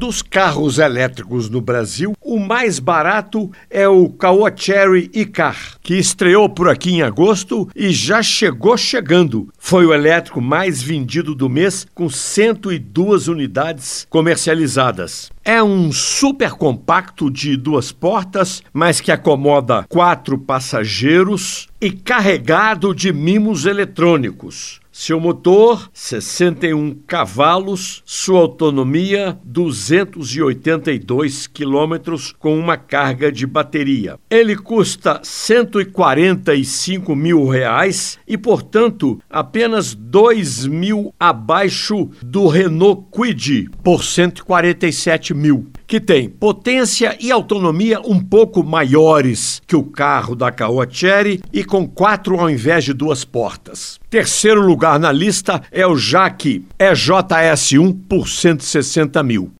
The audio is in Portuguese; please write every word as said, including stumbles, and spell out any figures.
Dos carros elétricos no Brasil, o mais barato é o Caoa Chery E-Car, que estreou por aqui em agosto e já chegou chegando. Foi o elétrico mais vendido do mês, com cento e duas unidades comercializadas. É um super compacto de duas portas, mas que acomoda quatro passageiros e carregado de mimos eletrônicos. Seu motor, sessenta e um cavalos, sua autonomia, duzentos e oitenta e dois quilômetros com uma carga de bateria. Ele custa cento e quarenta e cinco mil reais e, portanto, apenas dois mil abaixo do Renault Kwid, por cento e quarenta e sete mil, que tem potência e autonomia um pouco maiores que o carro da Caoa Chery e com quatro ao invés de duas portas. Terceiro lugar na lista é o Jaque E J S um por cento e sessenta mil.